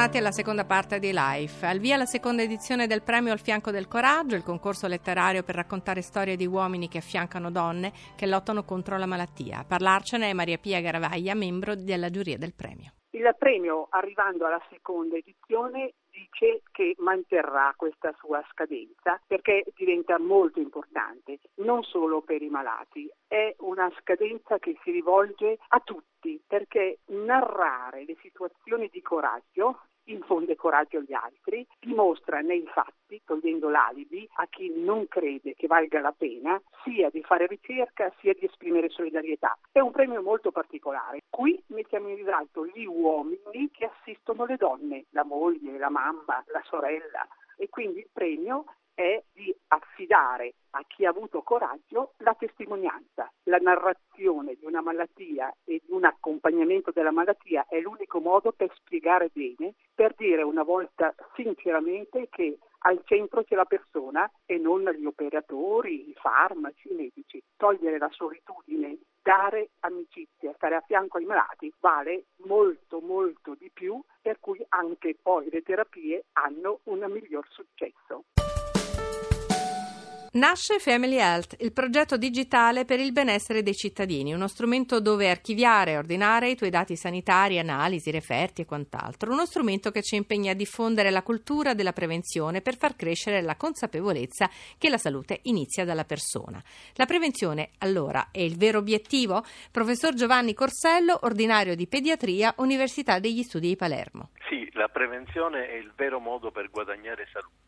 bentornati alla seconda parte di Life. Al via la seconda edizione del Premio al fianco del coraggio, il concorso letterario per raccontare storie di uomini che affiancano donne che lottano contro la malattia. A parlarcene è Maria Pia Garavaglia, membro della giuria del premio. Il premio, arrivando alla seconda edizione, dice che manterrà questa sua scadenza perché diventa molto importante, non solo per i malati. È una scadenza che si rivolge a tutti, perché narrare le situazioni di coraggio infonde coraggio agli altri, dimostra nei fatti, togliendo l'alibi a chi non crede che valga la pena sia di fare ricerca sia di esprimere solidarietà. È un premio molto particolare. Qui mettiamo in risalto gli uomini che assistono le donne, la moglie, la mamma, la sorella, e quindi il premio è di affidare a chi ha avuto coraggio la testimonianza. La narrazione di una malattia e di un accompagnamento della malattia è l'unico modo per spiegare bene, per dire una volta sinceramente che al centro c'è la persona e non gli operatori, i farmaci, i medici. Togliere la solitudine, dare amicizia, stare a fianco ai malati vale molto molto di più, per cui anche poi le terapie hanno un miglior successo. Nasce Family Health, il progetto digitale per il benessere dei cittadini, uno strumento dove archiviare e ordinare i tuoi dati sanitari, analisi, referti e quant'altro, uno strumento che ci impegna a diffondere la cultura della prevenzione per far crescere la consapevolezza che la salute inizia dalla persona. La prevenzione, allora, è il vero obiettivo? Professor Giovanni Corsello, ordinario di pediatria, Università degli Studi di Palermo. Sì, la prevenzione è il vero modo per guadagnare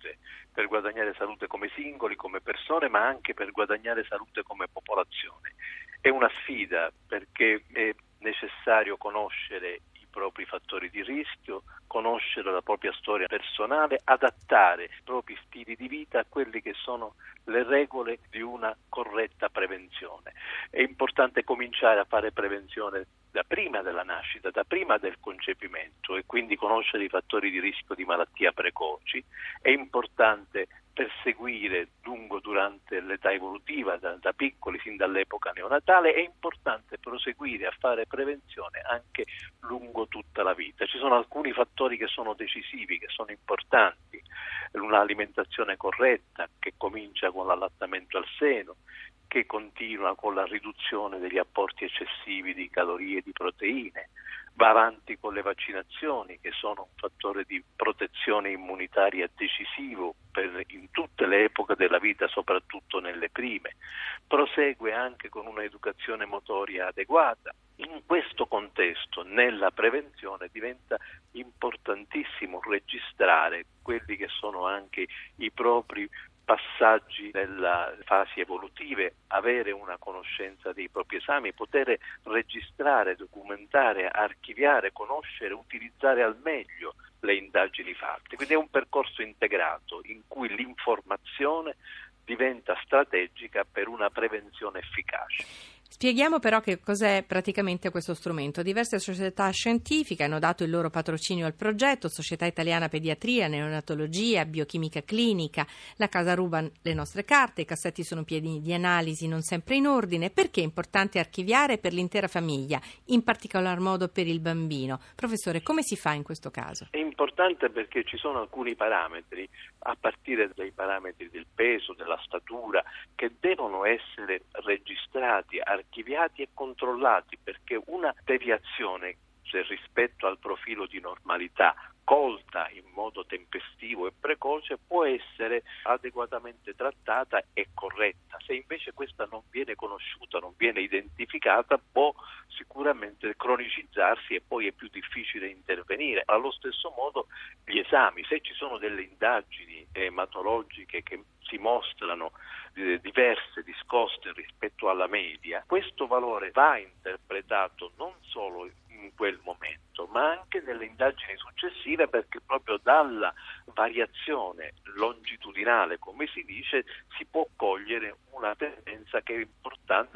salute come singoli, come persone, ma anche per guadagnare salute come popolazione. È una sfida perché è necessario conoscere i propri fattori di rischio, conoscere la propria storia personale, adattare i propri stili di vita a quelli che sono le regole di una corretta prevenzione. È importante cominciare a fare prevenzione da prima della nascita, da prima del concepimento, e quindi conoscere i fattori di rischio di malattia precoci. È importante perseguire durante l'età evolutiva, da piccoli, sin dall'epoca neonatale. È importante proseguire a fare prevenzione anche lungo tutta la vita. Ci sono alcuni fattori che sono decisivi, che sono importanti: un'alimentazione corretta che comincia con l'allattamento al seno, che continua con la riduzione degli apporti eccessivi di calorie e di proteine, va avanti con le vaccinazioni, che sono un fattore di protezione immunitaria decisivo in tutte le epoche della vita, soprattutto nelle prime, prosegue anche con un'educazione motoria adeguata. In questo contesto, nella prevenzione, diventa importantissimo registrare quelli che sono anche i propri passaggi della fasi evolutive, avere una conoscenza dei propri esami, poter registrare, documentare, archiviare, conoscere, utilizzare al meglio le indagini fatte. Quindi è un percorso integrato in cui l'informazione diventa strategica per una prevenzione efficace. Spieghiamo però che cos'è praticamente questo strumento. Diverse società scientifiche hanno dato il loro patrocinio al progetto: Società Italiana Pediatria, Neonatologia, Biochimica Clinica, la Casa ruba le nostre carte, i cassetti sono pieni di analisi non sempre in ordine. Perché è importante archiviare per l'intera famiglia, in particolar modo per il bambino? Professore, come si fa in questo caso? È importante perché ci sono alcuni parametri, a partire dai parametri del peso, della statura, che devono essere registrati, archiviati e controllati, perché una deviazione rispetto al profilo di normalità colta in modo tempestivo e precoce può essere adeguatamente trattata e corretta. Se invece questa non viene conosciuta, non viene identificata, può sicuramente cronicizzarsi e poi è più difficile intervenire. Allo stesso modo gli esami, se ci sono delle indagini ematologiche che si mostrano diverse, discoste rispetto alla media, questo valore va interpretato non solo in quel momento, ma anche nelle indagini successive, perché proprio dalla variazione longitudinale, come si dice, si può cogliere una tendenza che è importante dal punto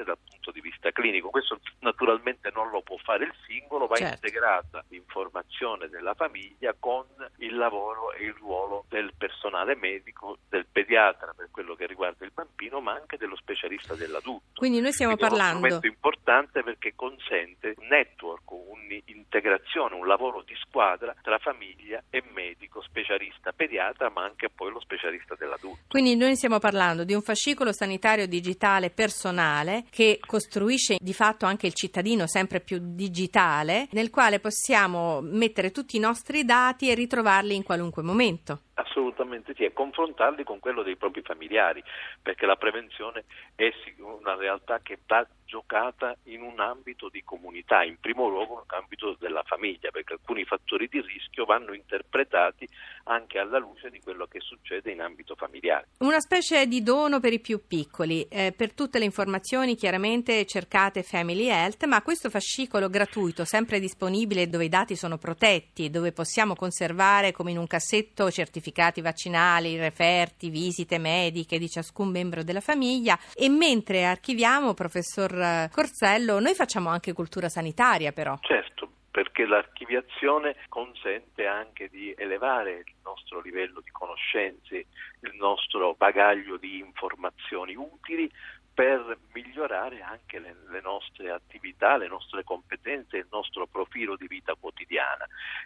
punto di vista clinico. Questo naturalmente non lo può fare il singolo, va integrata l'informazione della famiglia con il lavoro e il ruolo del personale medico, del pediatra per quello che riguarda il bambino, ma anche dello specialista dell'adulto. Quindi noi stiamo parlando... È uno strumento importante perché consente un network, un'integrazione, un lavoro di squadra tra famiglia e medico, specialista pediatra, ma anche poi lo specialista dell'adulto. Quindi noi stiamo parlando di un fascicolo sanitario digitale personale che costruisce di fatto anche il cittadino sempre più digitale, nel quale possiamo mettere tutti i nostri dati e ritrovarli in qualunque momento. Assolutamente sì, e confrontarli con quello dei propri familiari, perché la prevenzione è una realtà che va giocata in un ambito di comunità, in primo luogo nell'ambito della famiglia, perché alcuni fattori di rischio vanno interpretati anche alla luce di quello che succede in ambito familiare. Una specie di dono per i più piccoli. Per tutte le informazioni chiaramente cercate Family Health, ma questo fascicolo gratuito, sempre disponibile, dove i dati sono protetti, dove possiamo conservare come in un cassetto certificati vaccinali, referti, visite mediche di ciascun membro della famiglia, e mentre archiviamo, professor Corsello, noi facciamo anche cultura sanitaria però. Certo, perché l'archiviazione consente anche di elevare il nostro livello di conoscenze, il nostro bagaglio di informazioni utili per migliorare anche le nostre attività, le nostre competenze, il nostro profilo di vita quotidiana.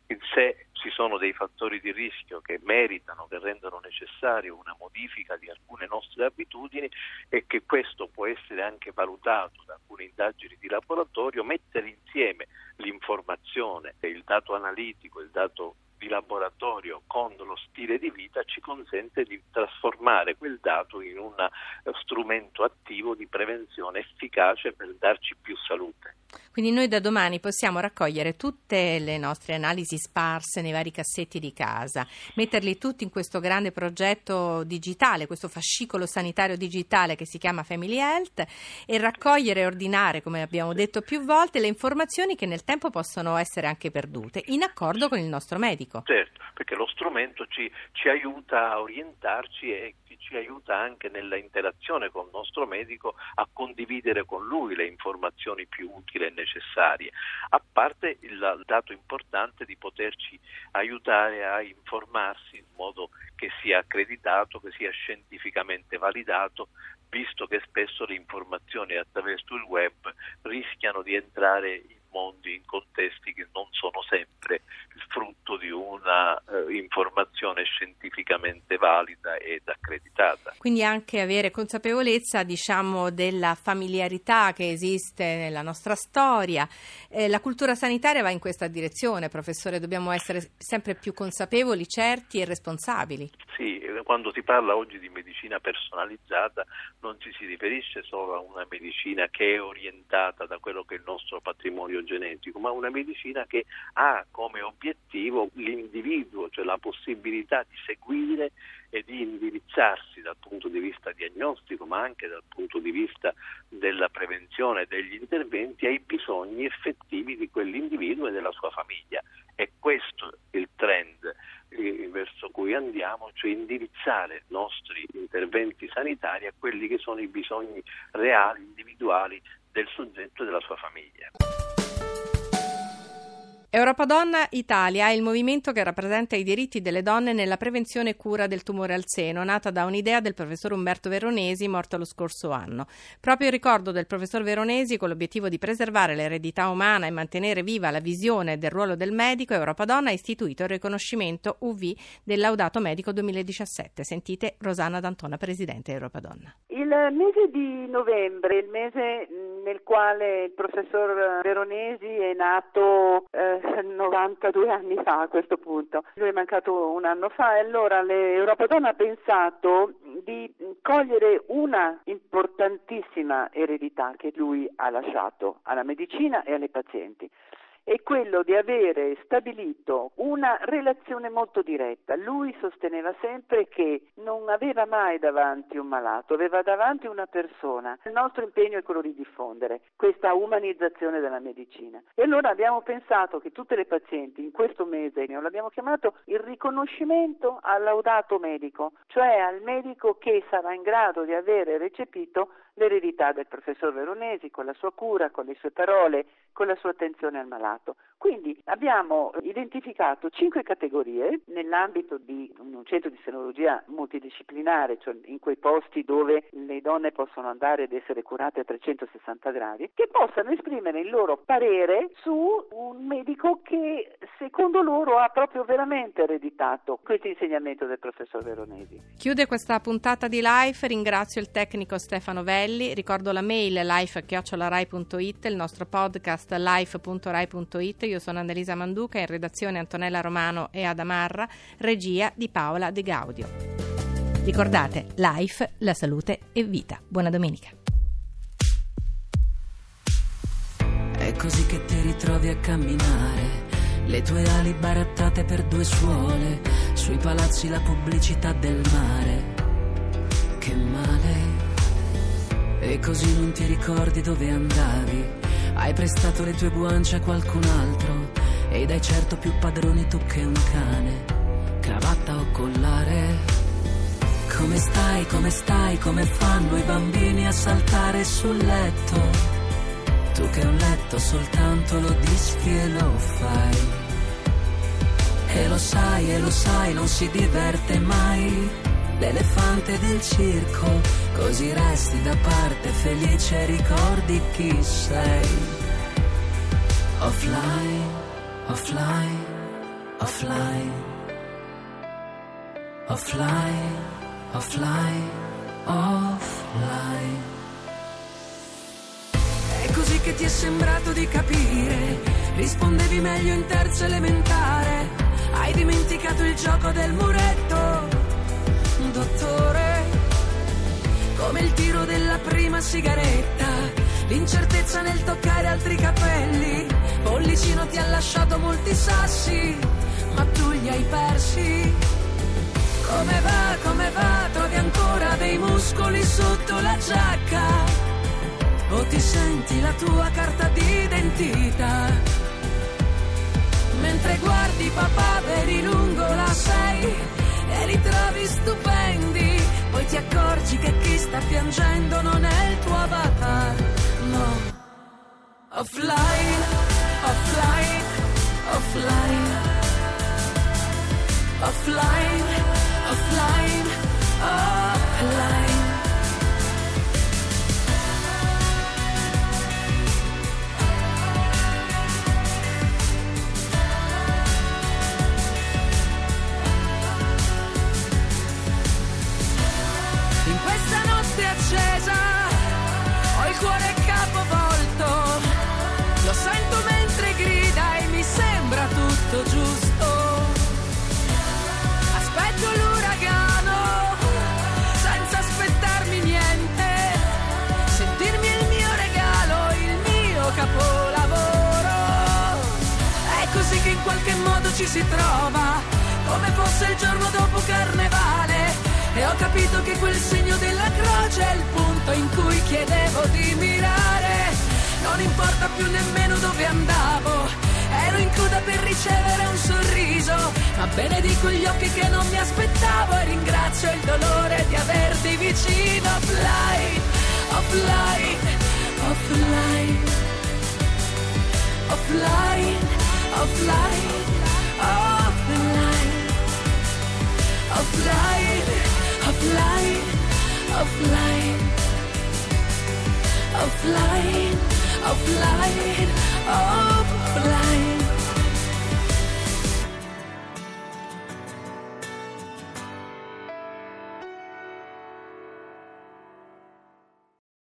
Se ci sono dei fattori di rischio che meritano, che rendono necessario una modifica di alcune nostre abitudini, e che questo può essere anche valutato da alcune indagini di laboratorio, mettere insieme l'informazione, il dato analitico, il dato di laboratorio con lo stile di vita ci consente di trasformare quel dato in un strumento attivo di prevenzione efficace per darci più salute. Quindi noi da domani possiamo raccogliere tutte le nostre analisi sparse nei vari cassetti di casa, metterli tutti in questo grande progetto digitale, questo fascicolo sanitario digitale che si chiama Family Health, e raccogliere e ordinare, come abbiamo detto più volte, le informazioni che nel tempo possono essere anche perdute, in accordo con il nostro medico. Certo, perché lo strumento ci aiuta a orientarci e ci aiuta anche nella interazione con il nostro medico a condividere con lui le informazioni più utili e necessarie, a parte il dato importante di poterci aiutare a informarsi in modo che sia accreditato, che sia scientificamente validato, visto che spesso le informazioni attraverso il web rischiano di entrare in mondi, in contesti che non sono sempre il frutto di una informazione scientificamente valida ed accreditata. Quindi anche avere consapevolezza, della familiarità che esiste nella nostra storia. La cultura sanitaria va in questa direzione, professore, dobbiamo essere sempre più consapevoli, certi e responsabili. Sì, quando si parla oggi di medicina personalizzata non ci si riferisce solo a una medicina che è orientata da quello che è il nostro patrimonio genetico, ma una medicina che ha come obiettivo l'individuo, cioè la possibilità di seguire e di indirizzarsi dal punto di vista diagnostico, ma anche dal punto di vista della prevenzione, degli interventi ai bisogni effettivi di quell'individuo e della sua famiglia. È questo il trend verso cui andiamo, cioè indirizzare i nostri interventi sanitari a quelli che sono i bisogni reali, individuali del soggetto e della sua famiglia. Europa Donna Italia è il movimento che rappresenta i diritti delle donne nella prevenzione e cura del tumore al seno, nata da un'idea del professor Umberto Veronesi, morto lo scorso anno. Proprio in ricordo del professor Veronesi, con l'obiettivo di preservare l'eredità umana e mantenere viva la visione del ruolo del medico, Europa Donna ha istituito il riconoscimento UV del Laudato Medico 2017. Sentite Rosanna D'Antona, presidente di Europa Donna. Il mese di novembre, il mese nel quale il professor Veronesi è nato 92 anni fa a questo punto. Lui è mancato un anno fa e allora l'Europa Donna ha pensato di cogliere una importantissima eredità che lui ha lasciato alla medicina e alle pazienti. è quello di avere stabilito una relazione molto diretta. Lui sosteneva sempre che non aveva mai davanti un malato, aveva davanti una persona. Il nostro impegno è quello di diffondere questa umanizzazione della medicina. E allora abbiamo pensato che tutte le pazienti in questo mese l'abbiamo chiamato il riconoscimento al laudato medico, cioè al medico che sarà in grado di avere recepito l'eredità del professor Veronesi con la sua cura, con le sue parole, con la sua attenzione al malato. Quindi abbiamo identificato 5 categorie nell'ambito di un centro di senologia multidisciplinare, cioè in quei posti dove le donne possono andare ed essere curate a 360 gradi, che possano esprimere il loro parere su un medico che secondo loro ha proprio veramente ereditato questo insegnamento del professor Veronesi. Chiude questa puntata di Life, ringrazio il tecnico Stefano Velli, ricordo la mail life@rai.it, il nostro podcast life.rai.it. Io sono Annelisa Manduca, in redazione Antonella Romano e Ada Marra, regia di Paola De Gaudio. Ricordate, Life, la salute è vita. Buona domenica. È così che ti ritrovi a camminare, le tue ali barattate per 2 suole, sui palazzi la pubblicità del mare. Che male. E così non ti ricordi dove andavi, hai prestato le tue guance a qualcun altro ed hai certo più padroni tu che un cane. Cravatta o collare? Come stai, come stai, come fanno i bambini a saltare sul letto? Tu che un letto soltanto lo disfi e lo fai. E lo sai, non si diverte mai. L'elefante del circo, così resti da parte felice e ricordi chi sei. Offline, offline, offline, offline, offline, offline. È così che ti è sembrato di capire, rispondevi meglio in terza elementare, hai dimenticato il gioco del muretto. Dottore, come il tiro della prima sigaretta, l'incertezza nel toccare altri capelli, Pollicino ti ha lasciato molti sassi, ma tu li hai persi. Come va, trovi ancora dei muscoli sotto la giacca, o ti senti la tua carta d'identità, mentre guardi papà veri lungo la 6 e li trovi stupendi, poi ti accorgi che chi sta piangendo non è il tuo avatar, no. Offline, offline, offline, offline, offline, offline. Accesa, ho il cuore capovolto, lo sento mentre grida e mi sembra tutto giusto. Aspetto l'uragano senza aspettarmi niente, sentirmi il mio regalo, il mio capolavoro. È così che in qualche modo ci si trova, come fosse il giorno dopo carnevale. E ho capito che quel segno della croce è il punto in cui chiedevo di mirare. Non importa più nemmeno dove andavo, ero in coda per ricevere un sorriso, ma benedico gli occhi che non mi aspettavo e ringrazio il dolore di averti vicino. Offline, offline, offline, offline, offline, offline, offline, offline, offline, offline, offline, offline.